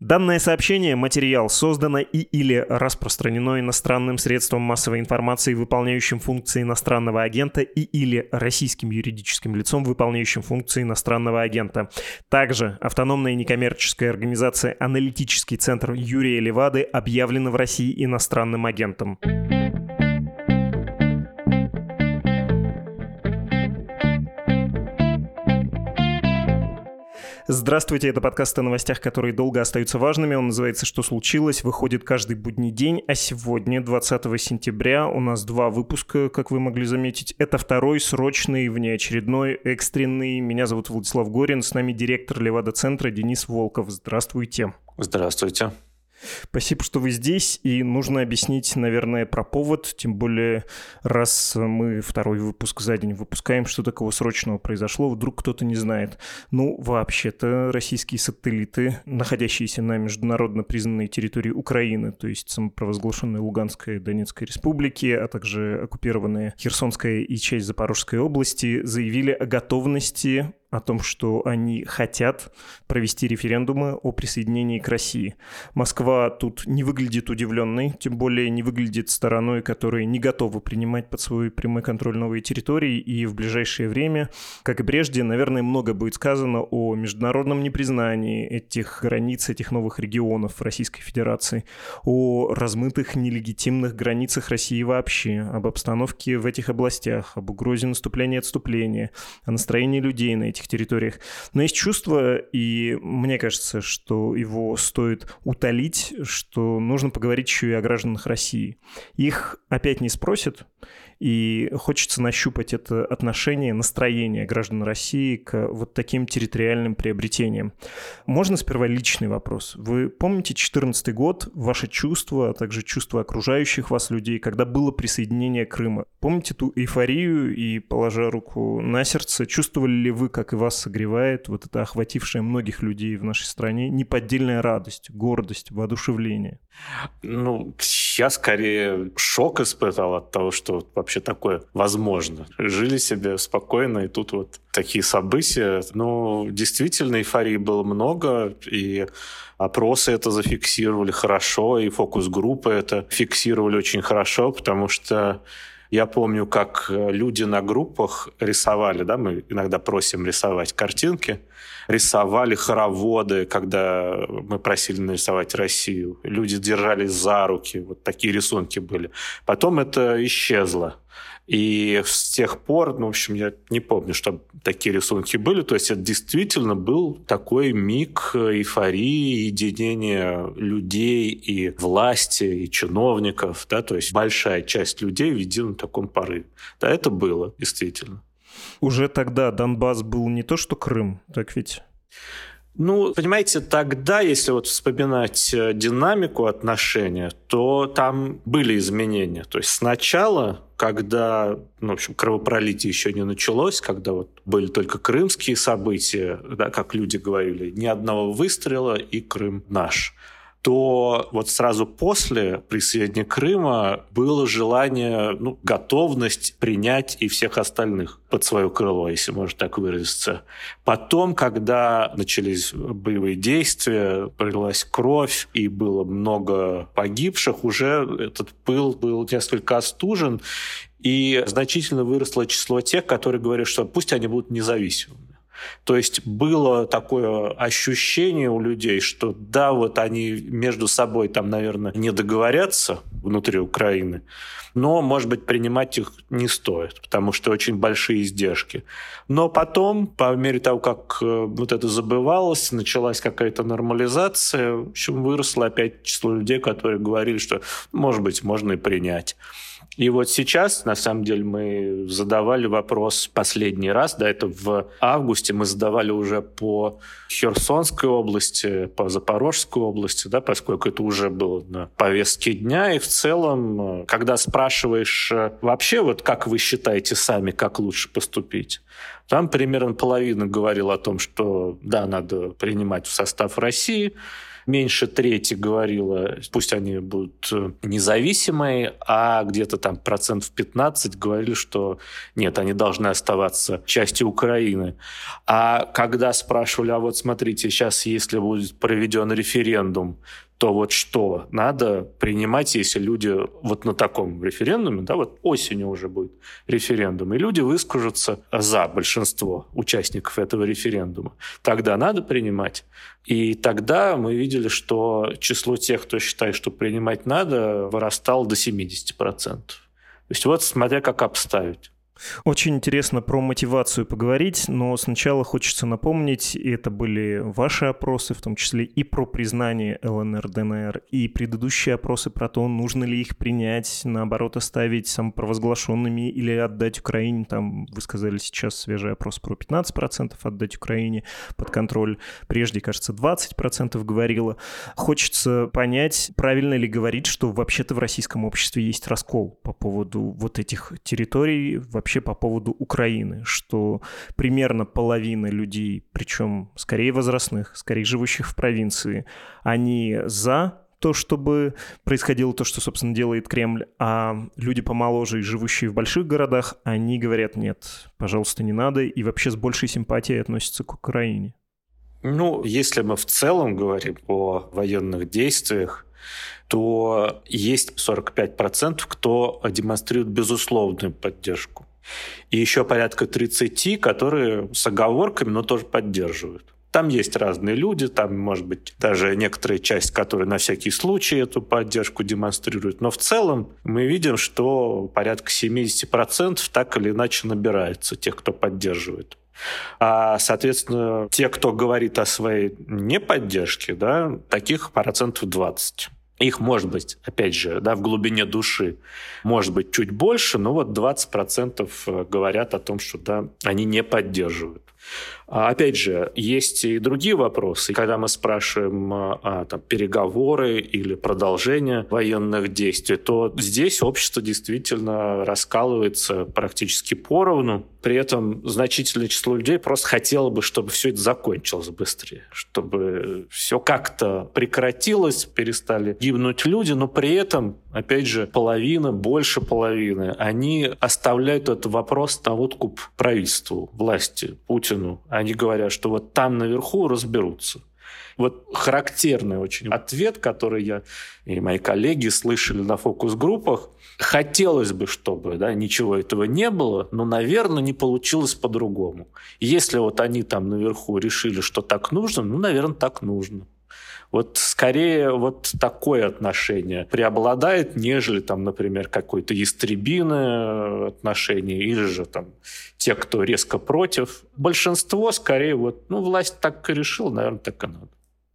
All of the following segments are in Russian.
Данное сообщение, материал создано и/или распространено иностранным средством массовой информации, выполняющим функции иностранного агента, и/или российским юридическим лицом, выполняющим функции иностранного агента. Также автономная некоммерческая организация «Аналитический центр Юрия Левады» объявлена в России иностранным агентом. Здравствуйте, это подкаст о новостях, которые долго остаются важными. Он называется «Что случилось?», выходит каждый будний день, а сегодня, 20 сентября, у нас два выпуска, как вы могли заметить. Это второй, срочный, внеочередной, экстренный. Меня зовут Владислав Горин, с нами директор Левада-центра Денис Волков. Здравствуйте. Здравствуйте. Спасибо, что вы здесь, и нужно объяснить, наверное, про повод, тем более, раз мы второй выпуск за день выпускаем, что такого срочного произошло, вдруг кто-то не знает. Ну, вообще-то, российские сателлиты, находящиеся на международно признанной территории Украины, то есть самопровозглашенной Луганской и Донецкой республики, а также оккупированные Херсонская и часть Запорожской области, заявили о готовности, о том, что они хотят провести референдумы о присоединении к России. Москва тут не выглядит удивленной, тем более не выглядит стороной, которая не готова принимать под свой прямой контроль новые территории, и в ближайшее время, как и прежде, наверное, много будет сказано о международном непризнании этих границ, этих новых регионов Российской Федерации, о размытых нелегитимных границах России вообще, об обстановке в этих областях, об угрозе наступления и отступления, о настроении людей на этих территориях. Но есть чувство, и мне кажется, что его стоит утолить, что нужно поговорить еще и о гражданах России. Их опять не спросят, и хочется нащупать это отношение, настроение граждан России к вот таким территориальным приобретениям. Можно сперва личный вопрос? Вы помните 2014 год, ваши чувства, а также чувства окружающих вас людей, когда было присоединение Крыма? Помните ту эйфорию и, положа руку на сердце, чувствовали ли вы, как и вас согревает вот это охватившее многих людей в нашей стране неподдельная радость, гордость, воодушевление? Ну, я скорее шок испытал от того, что вообще такое возможно. Жили себе спокойно, и тут вот такие события. Ну, действительно, эйфории было много, и опросы это зафиксировали хорошо, и фокус-группы это фиксировали очень хорошо, потому что я помню, как люди на группах рисовали, да, мы иногда просим рисовать картинки, рисовали хороводы, когда мы просили нарисовать Россию. Люди держались за руки, вот такие рисунки были. Потом это исчезло. И с тех пор, ну, в общем, я не помню, чтобы такие рисунки были. То есть это действительно был такой миг эйфории, единения людей и власти, и чиновников. Да? То есть большая часть людей в едином таком порыве. Да, это было действительно. Уже тогда Донбасс был не то, что Крым, так ведь? Ну, понимаете, тогда, если вот вспоминать динамику отношения, то там были изменения. То есть сначала, когда, ну, в общем, кровопролитие еще не началось, когда вот были только крымские события, да, как люди говорили, ни одного выстрела и Крым наш, то вот сразу после присоединения Крыма было желание, ну, готовность принять и всех остальных под свое крыло, если можно так выразиться. Потом, когда начались боевые действия, пролилась кровь и было много погибших, уже этот пыл был несколько остужен, и значительно выросло число тех, которые говорят, что пусть они будут независимыми. То есть было такое ощущение у людей, что да, вот они между собой там, наверное, не договорятся внутри Украины, но, может быть, принимать их не стоит, потому что очень большие издержки. Но потом, по мере того, как вот это забывалось, началась какая-то нормализация, в общем, выросло опять число людей, которые говорили, что, может быть, можно и принять. И вот сейчас, на самом деле, мы задавали вопрос последний раз, да, это в августе мы задавали уже по Херсонской области, по Запорожской области, да, поскольку это уже было на повестке дня. И в целом, когда спрашиваешь вообще, вот как вы считаете сами, как лучше поступить, там примерно половина говорила о том, что да, надо принимать в состав России, меньше трети говорила, пусть они будут независимые, а где-то там 15% говорили, что нет, они должны оставаться частью Украины. А когда спрашивали, а вот смотрите, сейчас если будет проведен референдум, то вот что надо принимать, если люди вот на таком референдуме, да, вот осенью уже будет референдум, и люди выскажутся за большинство участников этого референдума. Тогда надо принимать. И тогда мы видели, что число тех, кто считает, что принимать надо, вырастало до 70%. То есть вот смотря как обставить. Очень интересно про мотивацию поговорить, но сначала хочется напомнить, и это были ваши опросы, в том числе и про признание ЛНР, ДНР, и предыдущие опросы про то, нужно ли их принять, наоборот, оставить самопровозглашенными или отдать Украине. Там вы сказали сейчас свежий опрос про 15% отдать Украине под контроль. Прежде, кажется, 20% говорило. Хочется понять, правильно ли говорить, что вообще-то в российском обществе есть раскол по поводу вот этих территорий, вообще по поводу Украины, что примерно половина людей, причем скорее возрастных, скорее живущих в провинции, они за то, чтобы происходило то, что, собственно, делает Кремль, а люди помоложе и живущие в больших городах, они говорят, нет, пожалуйста, не надо, и вообще с большей симпатией относятся к Украине. Ну, если мы в целом говорим о военных действиях, то есть 45%, кто демонстрирует безусловную поддержку. И еще порядка 30%, которые с оговорками, но тоже поддерживают. Там есть разные люди, там, может быть, даже некоторая часть, которые на всякий случай эту поддержку демонстрируют. Но в целом мы видим, что порядка 70% так или иначе набирается тех, кто поддерживает. А, соответственно, те, кто говорит о своей неподдержке, да, таких 20%. Их может быть, опять же, да, в глубине души, может быть, чуть больше, но вот 20% говорят о том, что да, они не поддерживают. Опять же, есть и другие вопросы. Когда мы спрашиваем там, переговоры или продолжение военных действий, то здесь общество действительно раскалывается практически поровну. При этом значительное число людей просто хотело бы, чтобы все это закончилось быстрее, чтобы все как-то прекратилось, перестали гибнуть люди, но при этом, опять же, половина, больше половины, они оставляют этот вопрос на откуп правительству, власти, Путину. Они говорят, что вот там наверху разберутся. Вот характерный очень ответ, который я и мои коллеги слышали на фокус-группах. Хотелось бы, чтобы ничего этого не было, но, наверное, не получилось по-другому. Если вот они там наверху решили, что так нужно, наверное, так нужно. Вот скорее вот такое отношение преобладает, нежели, там, например, какое-то ястребиное отношение или же там те, кто резко против. Большинство скорее вот, власть так и решила, наверное, так и надо.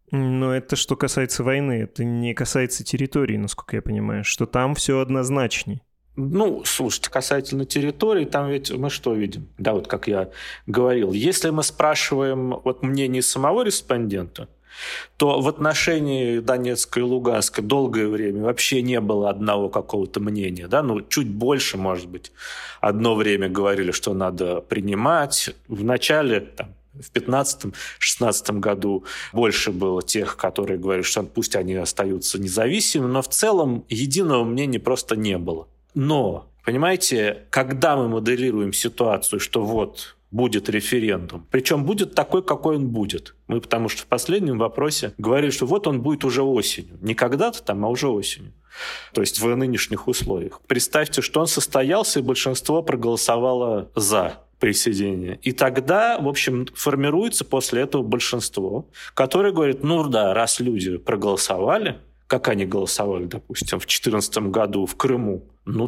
Но это что касается войны, это не касается территории, насколько я понимаю, что там все однозначней. Слушайте, касательно территории, там ведь мы что видим? Да, вот как я говорил, если мы спрашиваем вот мнение самого респондента, то в отношении Донецка и Луганска долгое время вообще не было одного какого-то мнения. Да? Чуть больше, может быть. Одно время говорили, что надо принимать. В начале, в 2015-2016 году больше было тех, которые говорили, что пусть они остаются независимыми, но в целом единого мнения просто не было. Но, понимаете, когда мы моделируем ситуацию, что вот будет референдум. Причем будет такой, какой он будет. Мы потому что в последнем вопросе говорили, что вот он будет уже осенью. Не когда-то там, а уже осенью. То есть в нынешних условиях. Представьте, что он состоялся, и большинство проголосовало за присоединение. И тогда, в общем, формируется после этого большинство, которое говорит, раз люди проголосовали, как они голосовали, допустим, в 2014 году в Крыму,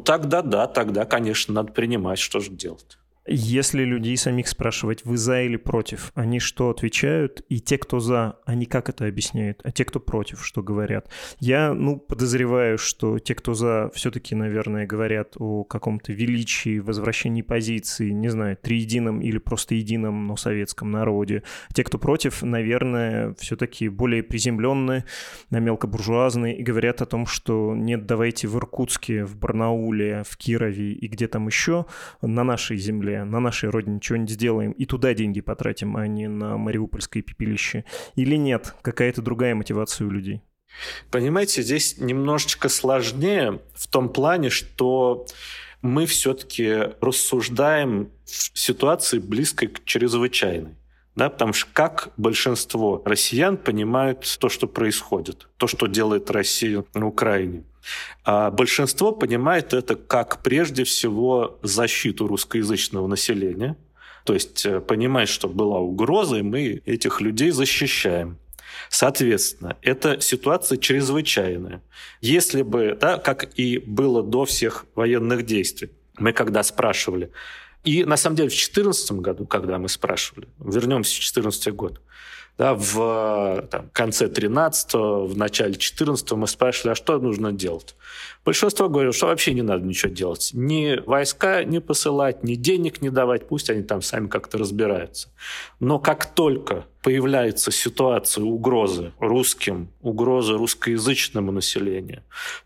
тогда, конечно, надо принимать, что же делать. Если людей самих спрашивать, вы за или против, они что отвечают? И те, кто за, они как это объясняют? А те, кто против, что говорят? Я, подозреваю, что те, кто за, все-таки, наверное, говорят о каком-то величии, возвращении позиции, не знаю, триедином или просто едином, но советском народе. Те, кто против, наверное, все-таки более приземленные, мелкобуржуазные, и говорят о том, что нет, давайте в Иркутске, в Барнауле, в Кирове и где там еще, на нашей земле земле, на нашей родине что-нибудь сделаем и туда деньги потратим, а не на мариупольское пепелище? Или нет? Какая-то другая мотивация у людей? Понимаете, здесь немножечко сложнее в том плане, что мы все-таки рассуждаем в ситуации близкой к чрезвычайной. Да, потому что как большинство россиян понимают то, что происходит, то, что делает Россия на Украине. А большинство понимает это как прежде всего защиту русскоязычного населения. То есть понимает, что была угроза, и мы этих людей защищаем. Соответственно, эта ситуация чрезвычайная. Если бы, да, как и было до всех военных действий, мы когда спрашивали, и на самом деле в 2014 году, когда мы спрашивали, вернемся в 2014 год, да, в конце 13-го, в начале 14-го мы спрашивали, а что нужно делать? Большинство говорило, что вообще не надо ничего делать. Ни войска не посылать, ни денег не давать, пусть они там сами как-то разбираются. Но как только появляется ситуация угрозы русским, угрозы русскоязычному населению,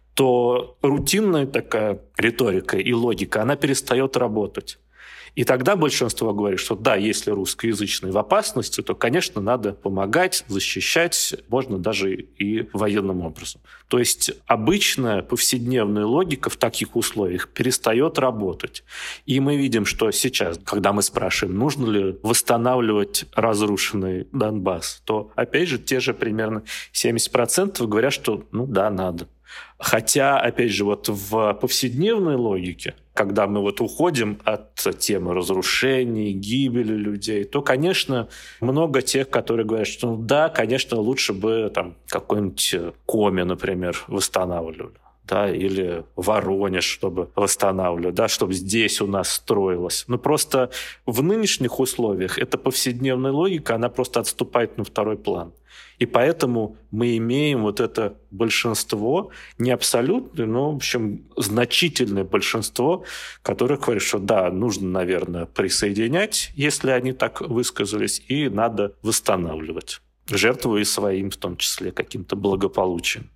то рутинная такая риторика и логика, она перестает работать. И тогда большинство говорит, что да, если русскоязычный в опасности, то, конечно, надо помогать, защищать, можно даже и военным образом. То есть обычная повседневная логика в таких условиях перестает работать. И мы видим, что сейчас, когда мы спрашиваем, нужно ли восстанавливать разрушенный Донбасс, то, опять же, те же примерно 70% говорят, что ну да, надо. Хотя, опять же, вот в повседневной логике, когда мы вот уходим от темы разрушений, гибели людей, то, конечно, много тех, которые говорят, что ну, да, конечно, лучше бы там какой-нибудь Коми, например, восстанавливали. Да, или Воронеж, чтобы восстанавливать, да, чтобы здесь у нас строилось. Но просто в нынешних условиях эта повседневная логика, она просто отступает на второй план. И поэтому мы имеем вот это большинство, не абсолютное, но, в общем, значительное большинство, которое говорит, что да, нужно, наверное, присоединять, если они так высказались, и надо восстанавливать, жертвуя своим, в том числе, каким-то благополучием.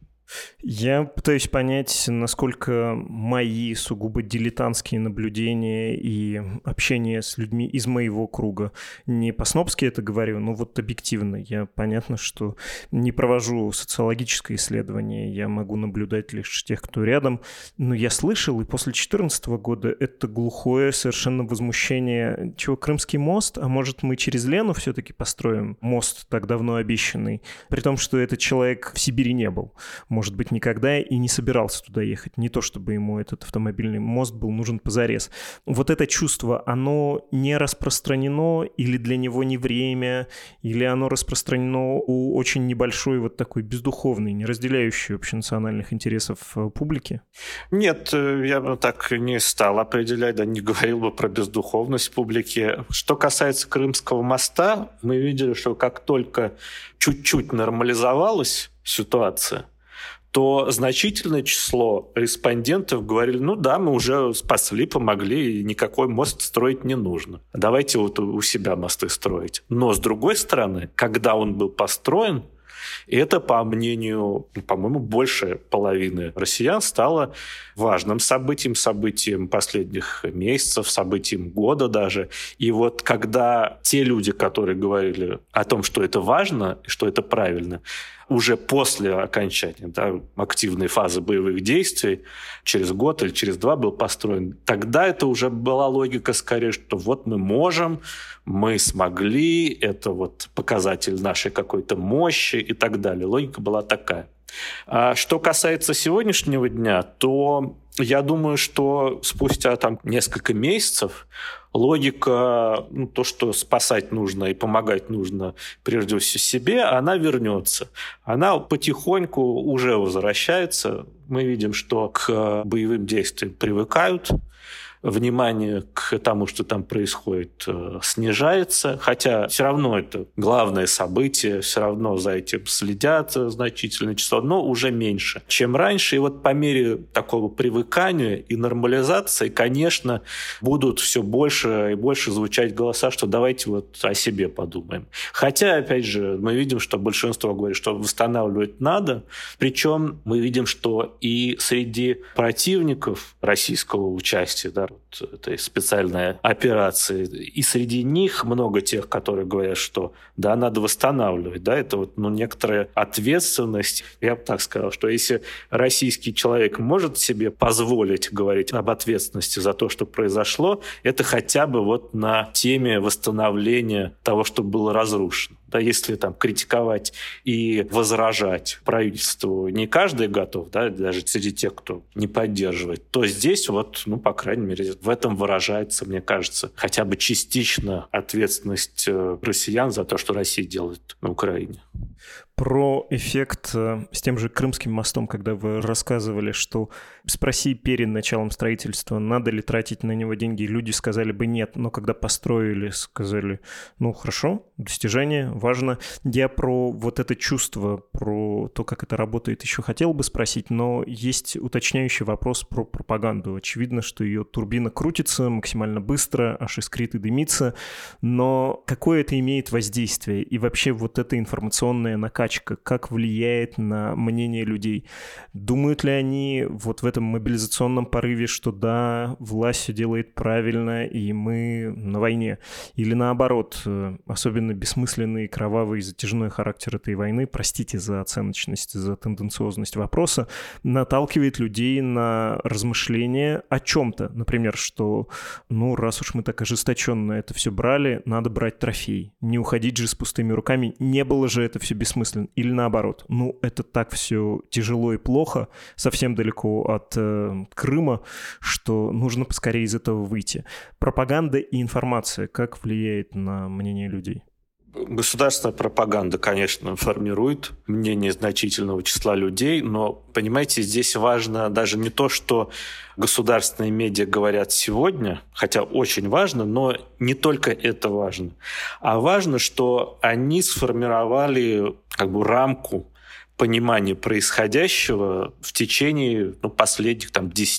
Я пытаюсь понять, насколько мои сугубо дилетантские наблюдения и общение с людьми из моего круга, не по-снобски это говорю, но вот объективно. Я понятно, что не провожу социологическое исследование, я могу наблюдать лишь тех, кто рядом, но я слышал, и после 2014 года это глухое совершенно возмущение, чего, Крымский мост, а может мы через Лену все-таки построим мост, так давно обещанный, при том, что этот человек в Сибири не был. Может быть, никогда и не собирался туда ехать. Не то, чтобы ему этот автомобильный мост был нужен позарез. Вот это чувство, оно не распространено или для него не время, или оно распространено у очень небольшой вот такой бездуховной, не разделяющей общенациональных интересов публики? Нет, я бы так не стал определять, да, не говорил бы про бездуховность публики. Что касается Крымского моста, мы видели, что как только чуть-чуть нормализовалась ситуация, то значительное число респондентов говорили, ну да, мы уже спасли, помогли, и никакой мост строить не нужно. Давайте вот у себя мосты строить. Но, с другой стороны, когда он был построен, это, по мнению, по-моему, большей половины россиян стало важным событием последних месяцев, событием года даже. И вот когда те люди, которые говорили о том, что это важно и что это правильно, уже после окончания, да, активной фазы боевых действий, через год или через два был построен, тогда это уже была логика скорее, что вот мы можем, мы смогли, это вот показатель нашей какой-то мощи и так далее. Логика была такая. А что касается сегодняшнего дня, то я думаю, что спустя там несколько месяцев логика, то, что спасать нужно и помогать нужно прежде всего себе, она вернется. Она потихоньку уже возвращается. Мы видим, что к боевым действиям привыкают. Внимание к тому, что там происходит, снижается, хотя все равно это главное событие, все равно за этим следят значительное число, но уже меньше, чем раньше. И вот по мере такого привыкания и нормализации, конечно, будут все больше и больше звучать голоса, что давайте вот о себе подумаем. Хотя, опять же, мы видим, что большинство говорит, что восстанавливать надо, причем мы видим, что и среди противников российского участия, да, вот этой специальной операции. И среди них много тех, которые говорят, что да, надо восстанавливать. Да, это вот, некоторая ответственность. Я бы так сказал, что если российский человек может себе позволить говорить об ответственности за то, что произошло, это хотя бы вот на теме восстановления того, что было разрушено. Да, если там критиковать и возражать правительству не каждый готов, да, даже среди тех, кто не поддерживает, то здесь вот, по крайней мере, в этом выражается, мне кажется, хотя бы частично ответственность россиян за то, что Россия делает на Украине. Про эффект с тем же Крымским мостом, когда вы рассказывали, что спроси перед началом строительства, надо ли тратить на него деньги, люди сказали бы нет, но когда построили, сказали, хорошо, достижение, важно. Я про вот это чувство, про то, как это работает, еще хотел бы спросить, но есть уточняющий вопрос про пропаганду. Очевидно, что ее турбина крутится максимально быстро, аж искрит и дымится, но какое это имеет воздействие? И вообще вот эта информационная накачка, как влияет на мнение людей? Думают ли они вот в этом мобилизационном порыве, что да, власть все делает правильно, и мы на войне? Или наоборот, особенно бессмысленный, кровавый, затяжной характер этой войны, простите за оценочность, за тенденциозность вопроса, наталкивает людей на размышления о чем-то. Например, что, раз уж мы так ожесточенно это все брали, надо брать трофей. Не уходить же с пустыми руками. Не было же это все бессмысленно. Или наоборот, это так все тяжело и плохо, совсем далеко от Крыма, что нужно поскорее из этого выйти. Пропаганда и информация как влияет на мнение людей? Государственная пропаганда, конечно, формирует мнение значительного числа людей, но, понимаете, здесь важно даже не то, что государственные медиа говорят сегодня, хотя очень важно, но не только это важно, а важно, что они сформировали рамку понимания происходящего в течение последних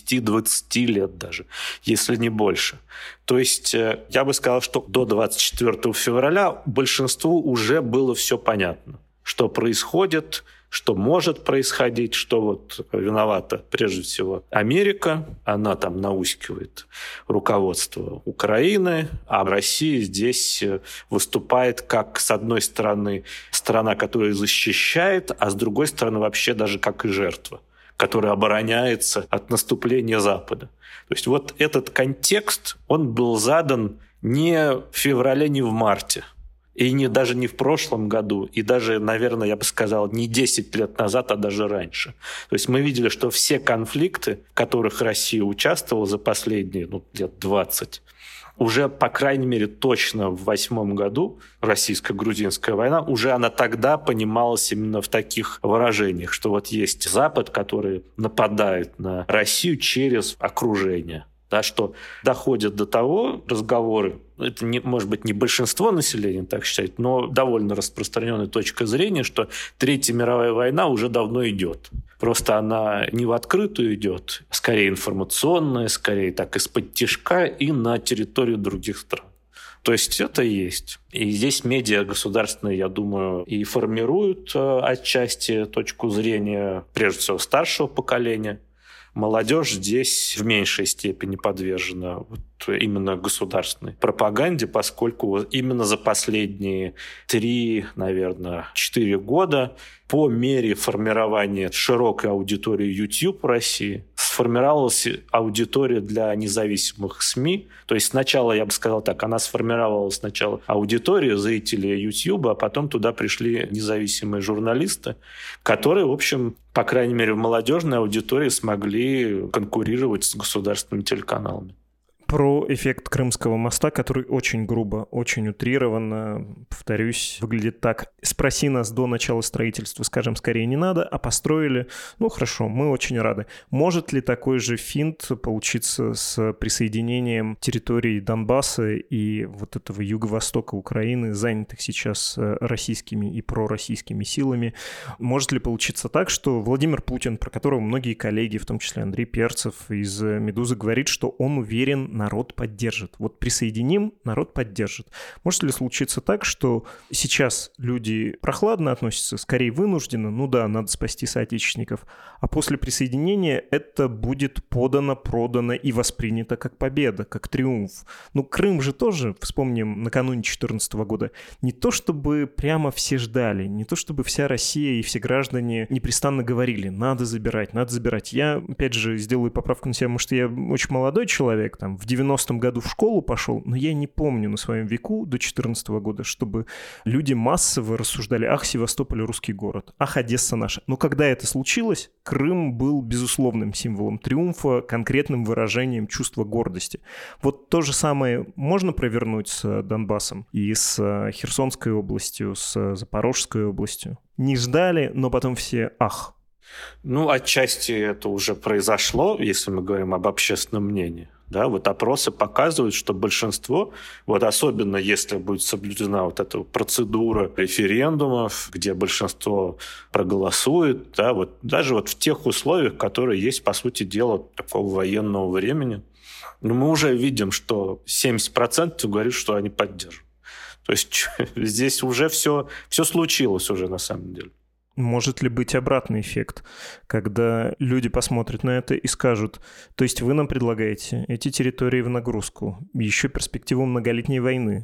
10-20 лет даже, если не больше. То есть я бы сказал, что до 24 февраля большинству уже было все понятно, что происходит, что может происходить, что виновата прежде всего Америка, она наускивает руководство Украины, а Россия здесь выступает как, с одной стороны, страна, которая защищает, а с другой стороны, вообще даже как и жертва, которая обороняется от наступления Запада. То есть этот контекст, он был задан не в феврале, не в марте. И даже не в прошлом году, и даже, наверное, я бы сказал, не 10 лет назад, а даже раньше. То есть мы видели, что все конфликты, в которых Россия участвовала за последние лет 20, уже, по крайней мере, точно в 2008 году российско-грузинская война, уже она тогда понималась именно в таких выражениях, что есть Запад, который нападает на Россию через окружение. Да, что доходят до того разговоры, это может быть не большинство населения так считает, но довольно распространенная точка зрения, что Третья мировая война уже давно идет. Просто она не в открытую идет, скорее информационная, скорее так из-под тишка и на территорию других стран. То есть это есть. И здесь медиа государственные, я думаю, и формируют отчасти точку зрения, прежде всего, старшего поколения. Молодежь здесь в меньшей степени подвержена именно государственной пропаганде, поскольку именно за последние 3, наверное, 4 года по мере формирования широкой аудитории YouTube в России сформировалась аудитория для независимых СМИ. То есть сначала, я бы сказал так, она сформировалась сначала аудитория зрителей YouTube, а потом туда пришли независимые журналисты, которые, в общем, по крайней мере, в молодежной аудитории смогли конкурировать с государственными телеканалами. Про эффект Крымского моста, который очень грубо, очень утрированно, повторюсь, выглядит так. Спроси нас до начала строительства, скажем, скорее не надо, а построили, хорошо, мы очень рады. Может ли такой же финт получиться с присоединением территорий Донбасса и вот этого юго-востока Украины, занятых сейчас российскими и пророссийскими силами? Может ли получиться так, что Владимир Путин, про которого многие коллеги, в том числе Андрей Перцев из «Медузы», говорит, что он уверен народ поддержит. Вот присоединим, народ поддержит. Может ли случиться так, что сейчас люди прохладно относятся, скорее вынужденно, ну да, надо спасти соотечественников, а после присоединения это будет подано, продано и воспринято как победа, как триумф. Ну, Крым же тоже, вспомним, накануне 2014 года, не то чтобы прямо все ждали, не то чтобы вся Россия и все граждане непрестанно говорили, надо забирать, надо забирать. Я, опять же, сделаю поправку на себя, потому что я очень молодой человек, там, в 90-м году в школу пошел, но я не помню на своем веку до 2014 года, чтобы люди массово рассуждали, ах, Севастополь — русский город, ах, Одесса наша. Но когда это случилось, Крым был безусловным символом триумфа, конкретным выражением чувства гордости. Вот то же самое можно провернуть с Донбассом и с Херсонской областью, с Запорожской областью. Не ждали, но потом все ах. Ну, отчасти это уже произошло, если мы говорим об общественном мнении. Да, вот опросы показывают, что большинство, вот особенно если будет соблюдена вот эта процедура референдумов, где большинство проголосует, да, вот даже вот в тех условиях, которые есть, по сути дела, такого военного времени, но мы уже видим, что 70% говорят, что они поддерживают. То есть здесь уже все случилось уже на самом деле. Может ли быть обратный эффект, когда люди посмотрят на это и скажут, то есть вы нам предлагаете эти территории в нагрузку, еще перспективу многолетней войны,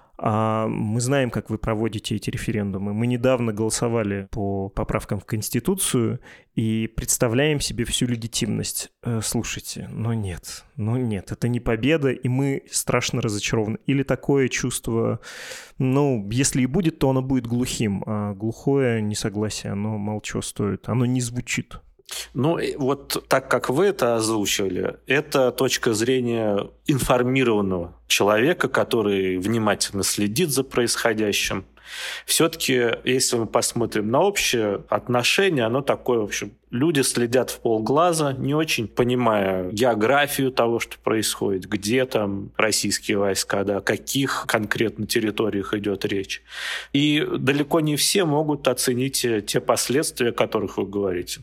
а мы знаем, как вы проводите эти референдумы. Мы недавно голосовали по поправкам в Конституцию и представляем себе всю легитимность. Слушайте, но нет, это не победа, и мы страшно разочарованы. Или такое чувство, ну, если и будет, то оно будет глухим, а глухое несогласие, оно мало чего стоит, оно не звучит. Ну, вот так, как вы это озвучили, это точка зрения информированного человека, который внимательно следит за происходящим. Все-таки, если мы посмотрим на общее отношение, оно такое, в общем, люди следят в полглаза, не очень понимая географию того, что происходит, где там российские войска, да, о каких конкретно территориях идет речь. И далеко не все могут оценить те последствия, о которых вы говорите.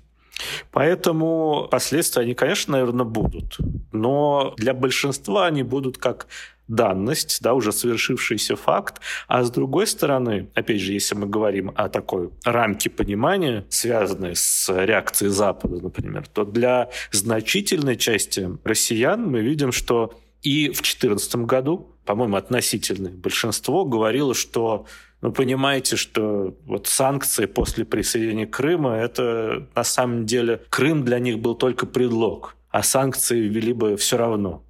Поэтому последствия, они, конечно, наверное, будут. Но для большинства они будут как данность, да, уже свершившийся факт. А с другой стороны, опять же, если мы говорим о такой рамке понимания, связанной с реакцией Запада, например, то для значительной части россиян мы видим, что и в 2014 году, по-моему, относительное большинство говорило, что понимаете, что вот санкции после присоединения Крыма, это на самом деле Крым для них был только предлог, а санкции ввели бы все равно.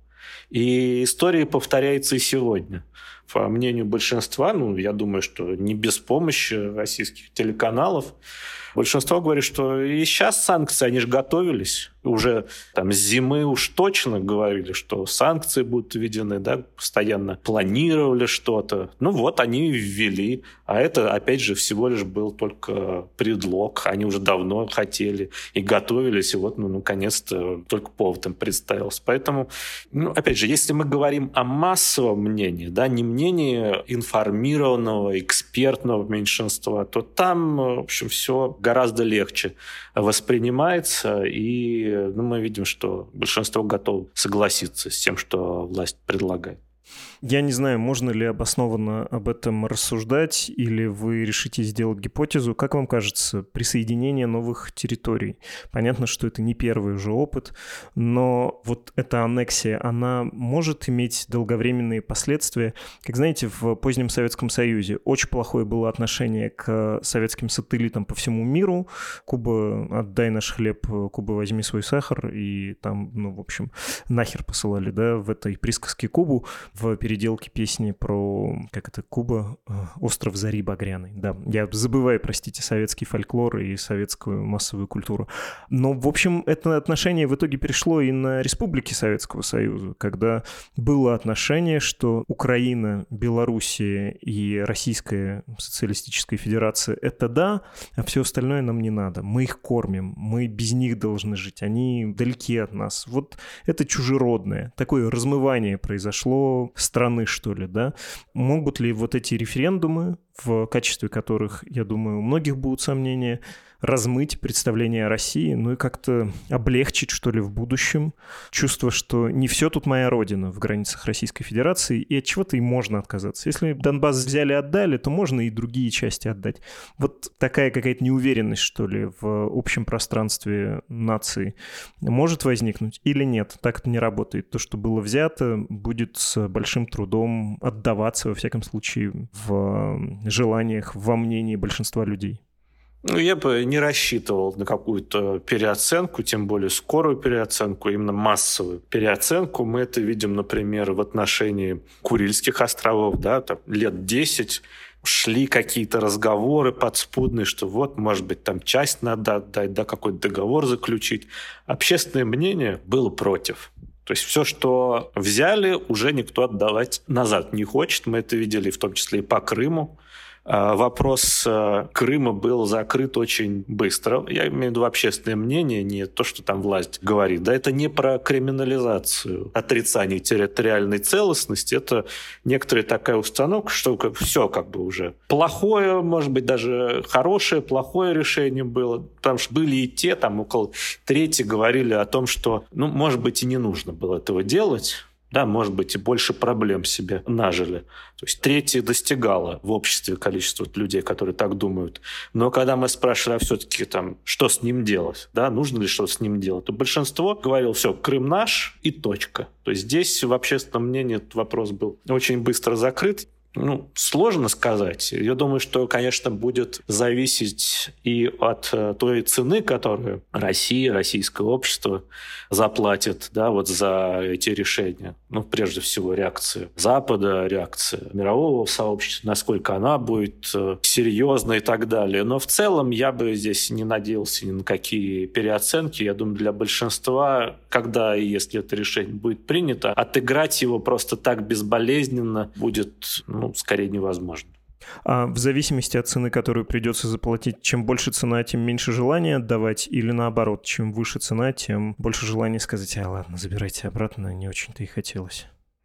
И история повторяется и сегодня. По мнению большинства, я думаю, что не без помощи российских телеканалов, большинство говорит, что и сейчас санкции, они же готовились. Уже там с зимы уж точно говорили, что санкции будут введены, да, постоянно планировали что-то. Вот они ввели. А это, опять же, всего лишь был только предлог. Они уже давно хотели и готовились, и вот, наконец-то, только повод им представился. Поэтому, опять же, если мы говорим о массовом мнении, да, не мнении информированного, экспертного меньшинства, то там, в общем, все гораздо легче воспринимается, и мы видим, что большинство готово согласиться с тем, что власть предлагает. Я не знаю, можно ли обоснованно об этом рассуждать, или вы решите сделать гипотезу. Как вам кажется, присоединение новых территорий? Понятно, что это не первый уже опыт, но вот эта аннексия, она может иметь долговременные последствия. Как знаете, в позднем Советском Союзе очень плохое было отношение к советским сателлитам по всему миру. Куба, отдай наш хлеб, Куба, возьми свой сахар, и там, в общем, нахер посылали, да, в этой присказке Кубу, в переделке песни про, Куба, остров Зари Багряный. Да, я забываю, простите, советский фольклор и советскую массовую культуру. Но, в общем, это отношение в итоге перешло и на республики Советского Союза, когда было отношение, что Украина, Белоруссия и Российская Социалистическая Федерация — это да, а все остальное нам не надо. Мы их кормим, мы без них должны жить, они далеки от нас. Вот это чужеродное. Такое размывание произошло страны, что ли, да? Могут ли вот эти референдумы, в качестве которых, я думаю, у многих будут сомнения, размыть представление о России, ну и как-то облегчить, что ли, в будущем чувство, что не все тут моя родина в границах Российской Федерации, и от чего-то и можно отказаться. Если Донбасс взяли и отдали, то можно и другие части отдать. Вот такая какая-то неуверенность, что ли, в общем пространстве нации может возникнуть или нет? Так это не работает. То, что было взято, будет с большим трудом отдаваться, во всяком случае, в желаниях, во мнении большинства людей. Ну, я бы не рассчитывал на какую-то переоценку, тем более скорую переоценку, именно массовую переоценку. Мы это видим, например, в отношении Курильских островов, да, там лет 10 шли какие-то разговоры подспудные, что вот, может быть, там часть надо отдать, да, какой-то договор заключить. Общественное мнение было против. То есть все, что взяли, уже никто отдавать назад не хочет. Мы это видели в том числе и по Крыму. Вопрос Крыма был закрыт очень быстро. Я имею в виду общественное мнение, не то, что там власть говорит. Да, это не про криминализацию отрицания территориальной целостности. Это некоторая такая установка, что все как бы уже плохое, может быть, даже хорошее, плохое решение было. Потому что были и те, там около трети говорили о том, что, ну, может быть, и не нужно было этого делать. Да, может быть, и больше проблем себе нажили. То есть третье достигало в обществе количество людей, которые так думают. Но когда мы спрашивали, а все-таки там, что с ним делать, да, нужно ли что-то с ним делать, то большинство говорило, все, Крым наш и точка. То есть здесь в общественном мнении этот вопрос был очень быстро закрыт. Ну, сложно сказать. Я думаю, что, конечно, будет зависеть и от той цены, которую Россия, российское общество заплатит, да, вот за эти решения. Ну, прежде всего, реакция Запада, реакция мирового сообщества, насколько она будет серьезна и так далее. Но в целом я бы здесь не надеялся ни на какие переоценки. Я думаю, для большинства, когда и если это решение будет принято, отыграть его просто так безболезненно будет, скорее невозможно. А в зависимости от цены, которую придется заплатить, чем больше цена, тем меньше желания отдавать, или наоборот, чем выше цена, тем больше желания сказать, ладно, забирайте обратно, не очень-то и хотелось.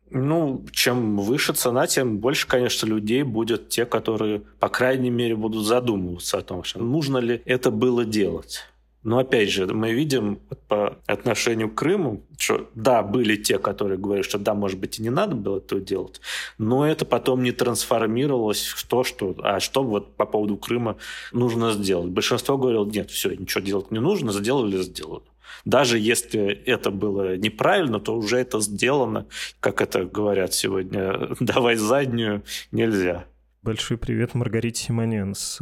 Чем выше цена, тем больше, конечно, людей будет те, которые, по крайней мере, будут задумываться о том, что нужно ли это было делать. Но опять же, мы видим по отношению к Крыму, что да, были те, которые говорят, что да, может быть, и не надо было этого делать, но это потом не трансформировалось в то, что вот по поводу Крыма нужно сделать. Большинство говорило, нет, все, ничего делать не нужно, сделали. Даже если это было неправильно, то уже это сделано, как это говорят сегодня, давай заднюю, нельзя. Большой привет Маргарите Симонян с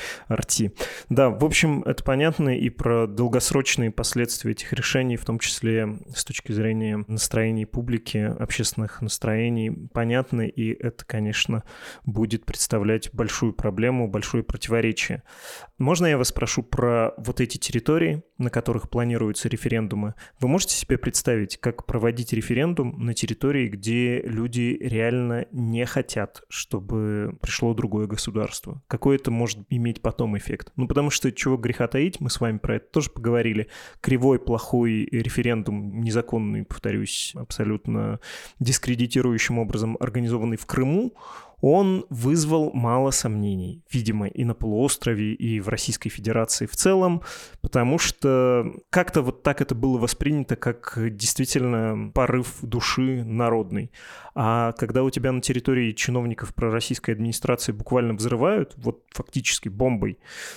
Арти. Да, в общем, это понятно, и про долгосрочные последствия этих решений, в том числе с точки зрения настроений публики, общественных настроений, понятно, и это, конечно, будет представлять большую проблему, большое противоречие. Можно я вас спрошу про вот эти территории, на которых планируются референдумы? Вы можете себе представить, как проводить референдум на территории, где люди реально не хотят, чтобы пришло другое государство? Какой это может иметь потом эффект? Потому что, чего греха таить, мы с вами про это тоже поговорили. Кривой, плохой референдум, незаконный, повторюсь, абсолютно дискредитирующим образом организованный в Крыму, он вызвал мало сомнений, видимо, и на полуострове, и в Российской Федерации в целом, потому что как-то вот так это было воспринято как действительно порыв души народный. А когда у тебя на территории чиновников пророссийской администрации буквально взрывают, вот фактически бомбой,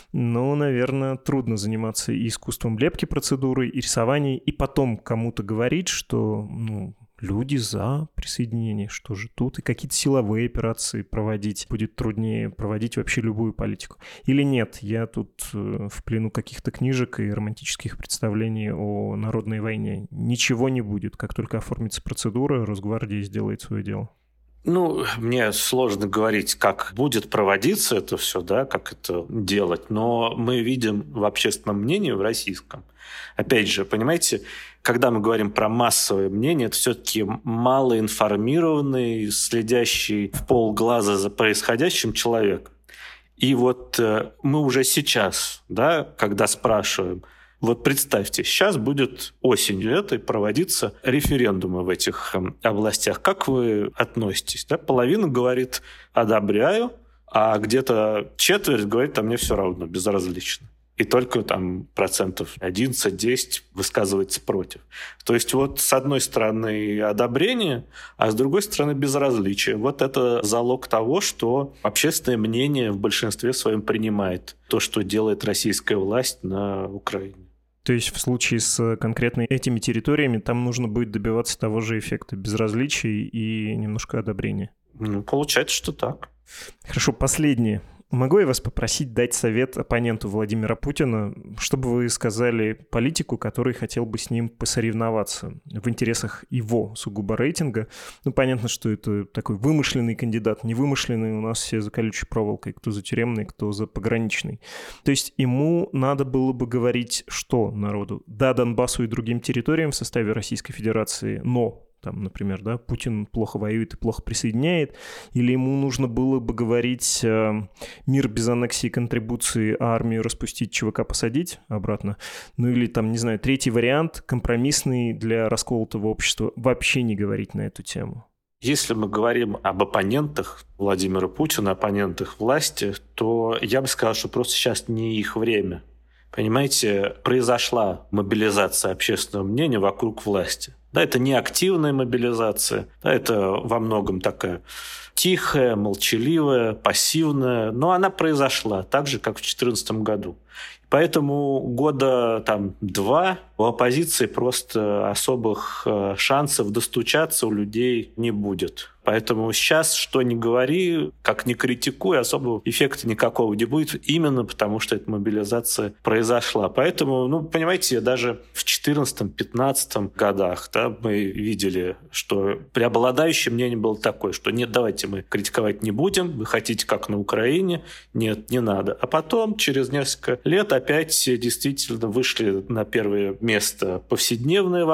наверное, трудно заниматься и искусством лепки процедуры, и рисований, и потом кому-то говорить, что, люди за присоединение, что же тут, и какие-то силовые операции проводить будет труднее, проводить вообще любую политику. Или нет, я тут в плену каких-то книжек и романтических представлений о народной войне. Ничего не будет, как только оформится процедура, Росгвардия сделает свое дело. Мне сложно говорить, как будет проводиться это все, да, как это делать, но мы видим в общественном мнении, в российском, опять же, понимаете, когда мы говорим про массовое мнение, это все-таки малоинформированный, следящий в полглаза за происходящим человек. И вот мы уже сейчас, да, когда спрашиваем, вот представьте, сейчас будет осенью этой проводиться референдумы в этих областях. Как вы относитесь? Да? Половина говорит «одобряю», а где-то четверть говорит «а мне все равно, безразлично». и только там 11-10% высказывается против. То есть вот с одной стороны одобрение, а с другой стороны безразличие. Вот это залог того, что общественное мнение в большинстве своем принимает то, что делает российская власть на Украине. То есть в случае с конкретно этими территориями там нужно будет добиваться того же эффекта безразличия и немножко одобрения. Получается, что так. Хорошо, последнее. Могу я вас попросить дать совет оппоненту Владимира Путина, чтобы вы сказали политику, который хотел бы с ним посоревноваться в интересах его сугубо рейтинга? Понятно, что это такой вымышленный кандидат, невымышленный, у нас все за колючей проволокой, кто за тюремный, кто за пограничный. То есть ему надо было бы говорить что народу? Да, Донбассу и другим территориям в составе Российской Федерации, но... Там, например, да, Путин плохо воюет и плохо присоединяет, или ему нужно было бы говорить мир без аннексии и контрибуции, а армию распустить, ЧВК посадить обратно, или там, не знаю, третий вариант, компромиссный для расколотого общества, вообще не говорить на эту тему. Если мы говорим об оппонентах Владимира Путина, оппонентах власти, то я бы сказал, что просто сейчас не их время. Понимаете, произошла мобилизация общественного мнения вокруг власти. Да, это не активная мобилизация, да, это во многом такая тихая, молчаливая, пассивная, но она произошла так же, как в 2014 году. Поэтому года 2 у оппозиции просто особых шансов достучаться у людей не будет. Поэтому сейчас, что ни говори, как ни критикуй, особого эффекта никакого не будет, именно потому что эта мобилизация произошла. Поэтому, понимаете, даже в 2014-2015 годах мы видели, что преобладающее мнение было такое, что нет, давайте мы критиковать не будем, вы хотите как на Украине, нет, не надо. А потом, через несколько лет, опять действительно вышли на первое место повседневные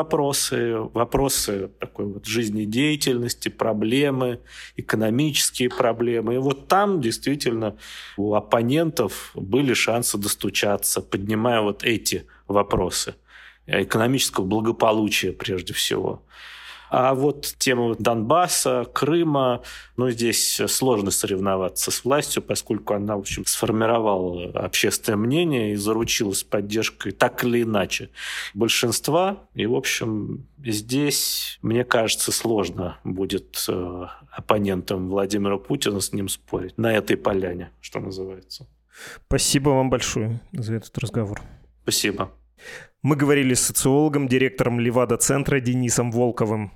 вопросы такой вот жизнедеятельности, проблемы, экономические проблемы. И вот там действительно у оппонентов были шансы достучаться, поднимая вот эти вопросы экономического благополучия прежде всего. А вот тема Донбасса, Крыма, здесь сложно соревноваться с властью, поскольку она, в общем, сформировала общественное мнение и заручилась поддержкой так или иначе большинства. И, в общем, здесь, мне кажется, сложно будет оппонентам Владимира Путина с ним спорить на этой поляне, что называется. Спасибо вам большое за этот разговор. Спасибо. Мы говорили с социологом, директором Левада-центра Денисом Волковым.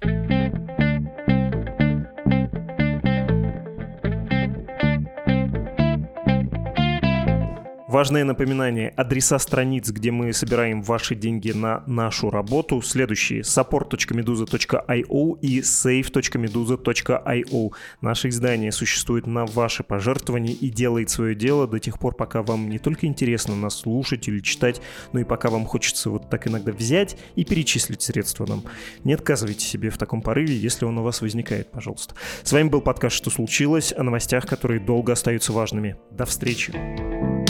Важное напоминание. Адреса страниц, где мы собираем ваши деньги на нашу работу, следующие: support.meduza.io и save.meduza.io. Наше издание существует на ваши пожертвования и делает свое дело до тех пор, пока вам не только интересно нас слушать или читать, но и пока вам хочется вот так иногда взять и перечислить средства нам. Не отказывайте себе в таком порыве, если он у вас возникает, пожалуйста. С вами был подкаст «Что случилось?» о новостях, которые долго остаются важными. До встречи.